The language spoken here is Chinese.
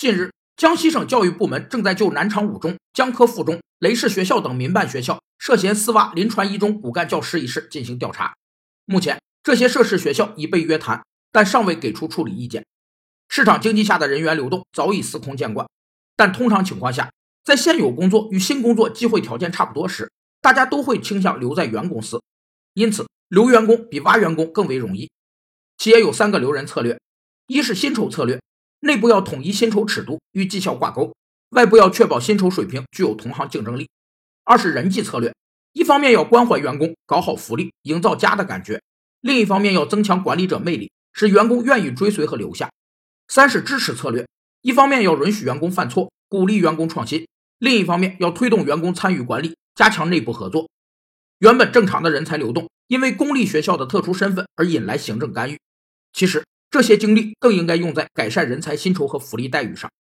近日，江西省教育部门正在就南昌五中、江科附中、雷氏学校等民办学校涉嫌私挖临川一中骨干教师一事进行调查。目前，这些涉事学校已被约谈，但尚未给出处理意见。市场经济下的人员流动早已司空见惯，但通常情况下，在现有工作与新工作机会条件差不多时，大家都会倾向留在原公司，因此留员工比挖员工更为容易。企业有3个留人策略：一是薪酬策略，内部要统一薪酬尺度与绩效挂钩，外部要确保薪酬水平具有同行竞争力；二是人际策略，一方面要关怀员工，搞好福利，营造家的感觉；另一方面要增强管理者魅力，使员工愿意追随和留下；三是支持策略，一方面要允许员工犯错，鼓励员工创新，另一方面要推动员工参与管理，加强内部合作。原本正常的人才流动，因为公立学校的特殊身份而引来行政干预。其实这些精力更应该用在改善人才薪酬和福利待遇上。